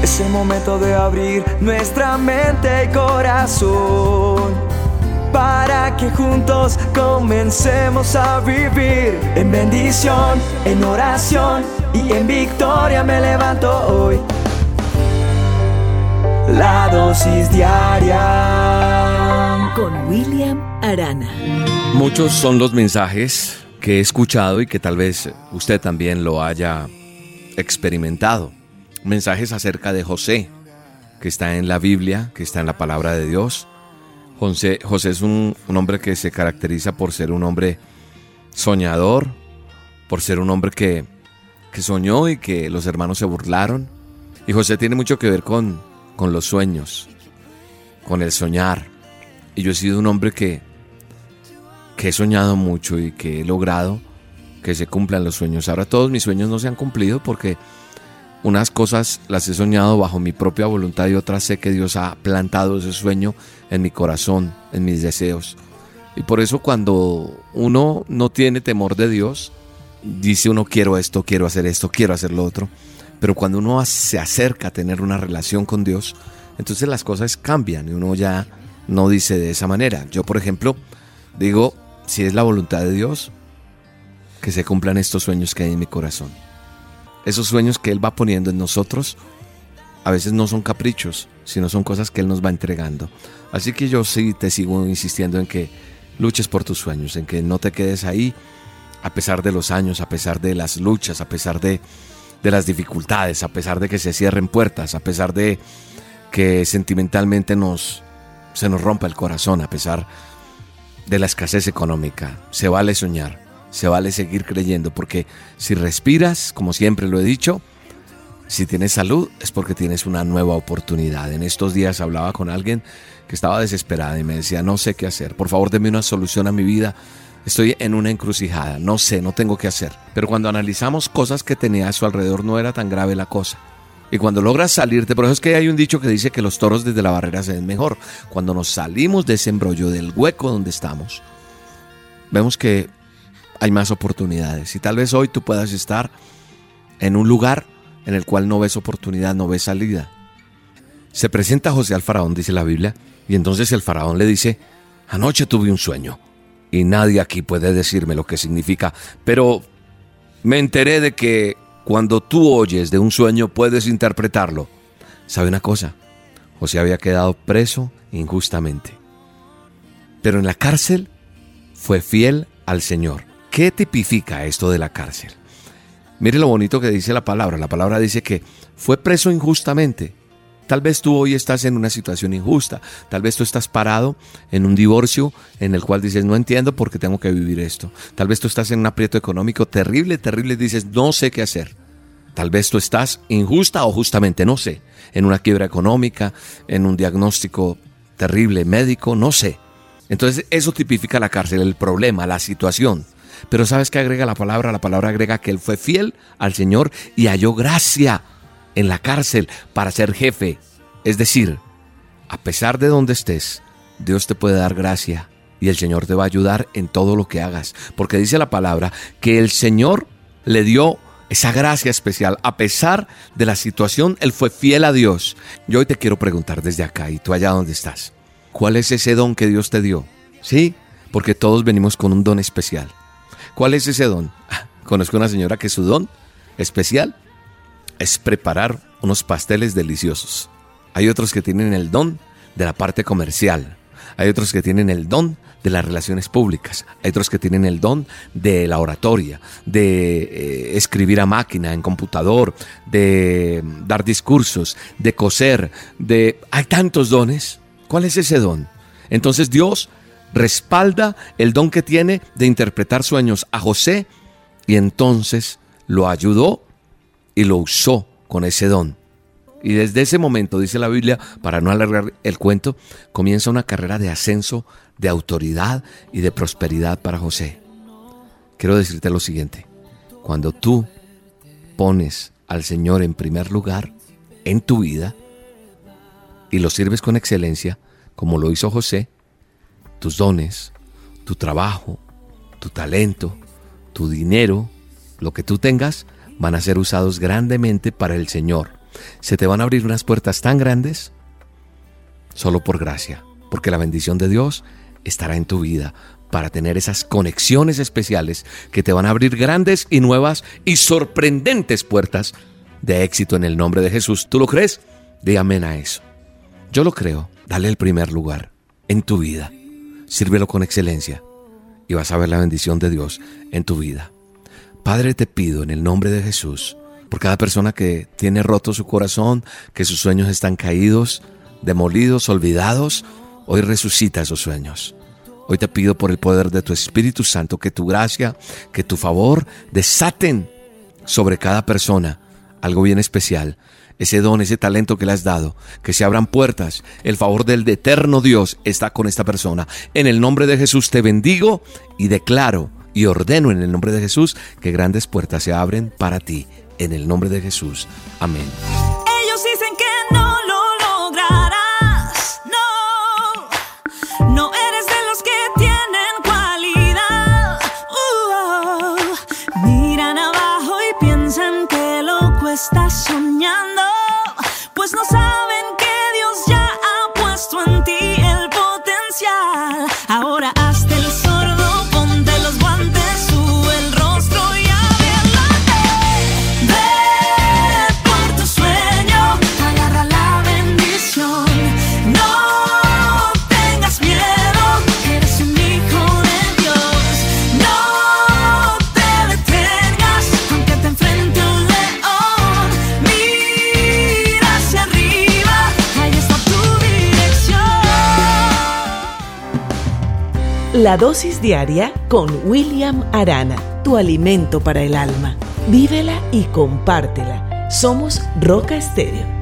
Es el momento de abrir nuestra mente y corazón para que juntos comencemos a vivir en bendición, en oración y en victoria. Me levanto hoy. La dosis diaria con William Arana. Muchos son los mensajes que he escuchado y que tal vez usted también lo haya experimentado. Mensajes acerca de José, que está en la Biblia, que está en la palabra de Dios. José es un hombre que se caracteriza por ser un hombre soñador, por ser un hombre que soñó y que los hermanos se burlaron. Y José tiene mucho que ver con los sueños, con el soñar. Y yo he sido un hombre que he soñado mucho y que he logrado que se cumplan los sueños. Ahora todos mis sueños no se han cumplido porque unas cosas las he soñado bajo mi propia voluntad y otras sé que Dios ha plantado ese sueño en mi corazón, en mis deseos. Y por eso cuando uno no tiene temor de Dios, dice uno quiero esto, quiero hacer lo otro. Pero cuando uno se acerca a tener una relación con Dios, entonces las cosas cambian y uno ya no dice de esa manera. Yo, por ejemplo, digo, si es la voluntad de Dios, que se cumplan estos sueños que hay en mi corazón. Esos sueños que Él va poniendo en nosotros, a veces no son caprichos, sino son cosas que Él nos va entregando. Así que yo sí te sigo insistiendo en que luches por tus sueños, en que no te quedes ahí a pesar de los años, a pesar de las luchas, a pesar de las dificultades, a pesar de que se cierren puertas, a pesar de que sentimentalmente se nos rompa el corazón, a pesar de la escasez económica. Se vale soñar, se vale seguir creyendo, porque si respiras, como siempre lo he dicho, si tienes salud es porque tienes una nueva oportunidad. En estos días hablaba con alguien que estaba desesperada y me decía, no sé qué hacer, por favor deme una solución a mi vida. Estoy en una encrucijada, no sé, no tengo qué hacer. Pero cuando analizamos cosas que tenía a su alrededor no era tan grave la cosa. Y cuando logras salirte, por eso es que hay un dicho que dice que los toros desde la barrera se ven mejor. Cuando nos salimos de ese embrollo, del hueco donde estamos, vemos que hay más oportunidades. Y tal vez hoy tú puedas estar en un lugar en el cual no ves oportunidad, no ves salida. Se presenta José al faraón, dice la Biblia, y entonces el faraón le dice, anoche tuve un sueño. Y nadie aquí puede decirme lo que significa, pero me enteré de que cuando tú oyes de un sueño puedes interpretarlo. ¿Sabe una cosa? José había quedado preso injustamente, pero en la cárcel fue fiel al Señor. ¿Qué tipifica esto de la cárcel? Mire lo bonito que dice la palabra. La palabra dice que fue preso injustamente. Tal vez tú hoy estás en una situación injusta, tal vez tú estás parado en un divorcio en el cual dices, no entiendo por qué tengo que vivir esto. Tal vez tú estás en un aprieto económico terrible y dices, no sé qué hacer. Tal vez tú estás injusta o justamente, no sé, en una quiebra económica, en un diagnóstico terrible médico, no sé. Entonces eso tipifica la cárcel, el problema, la situación. Pero ¿sabes qué agrega la palabra? La palabra agrega que él fue fiel al Señor y halló gracia en la cárcel para ser jefe. Es decir, a pesar de donde estés, Dios te puede dar gracia y el Señor te va a ayudar en todo lo que hagas. Porque dice la palabra que el Señor le dio esa gracia especial. A pesar de la situación, Él fue fiel a Dios. Yo hoy te quiero preguntar desde acá y tú allá donde estás, ¿cuál es ese don que Dios te dio? Sí, porque todos venimos con un don especial. ¿Cuál es ese don? Conozco una señora que su don especial es preparar unos pasteles deliciosos. Hay otros que tienen el don de la parte comercial. Hay otros que tienen el don de las relaciones públicas. Hay otros que tienen el don de la oratoria, de escribir a máquina, en computador, de dar discursos, de coser, Hay tantos dones. ¿Cuál es ese don? Entonces Dios respalda el don que tiene de interpretar sueños a José y entonces lo ayudó y lo usó con ese don. Y desde ese momento, dice la Biblia, para no alargar el cuento, comienza una carrera de ascenso, de autoridad y de prosperidad para José. Quiero decirte lo siguiente: cuando tú pones al Señor en primer lugar en tu vida y lo sirves con excelencia, como lo hizo José, tus dones, tu trabajo, tu talento, tu dinero, lo que tú tengas, van a ser usados grandemente para el Señor. se te van a abrir unas puertas tan grandes solo por gracia, porque la bendición de Dios estará en tu vida para tener esas conexiones especiales que te van a abrir grandes y nuevas y sorprendentes puertas de éxito en el nombre de Jesús. ¿Tú lo crees? Di amén a eso. Yo lo creo. Dale el primer lugar en tu vida. Sírvelo con excelencia y vas a ver la bendición de Dios en tu vida. Padre, te pido en el nombre de Jesús, por cada persona que tiene roto su corazón, que sus sueños están caídos, demolidos, olvidados, hoy resucita esos sueños. Hoy te pido por el poder de tu Espíritu Santo que tu gracia, que tu favor desaten sobre cada persona algo bien especial. Ese don, ese talento que le has dado, que se abran puertas. El favor del eterno Dios está con esta persona. En el nombre de Jesús te bendigo y declaro y ordeno en el nombre de Jesús que grandes puertas se abren para ti. En el nombre de Jesús. Amén. Ellos dicen que no lo lograrás. No eres de los que tienen cualidad. Miran abajo y piensan que loco estás soñando, pues no saben que Dios ya ha puesto en ti el potencial. Ahora hazte el sordo, ponte los guantes, sube el rostro y adelante. Ve por tu sueño, agarra la bendición. No tengas miedo, eres un hijo de Dios. No te detengas, aunque te enfrente un león. Mira hacia arriba, ahí está tu dirección. La dosis diaria con William Arana, tu alimento para el alma. Vívela y compártela. Somos Roca Estéreo.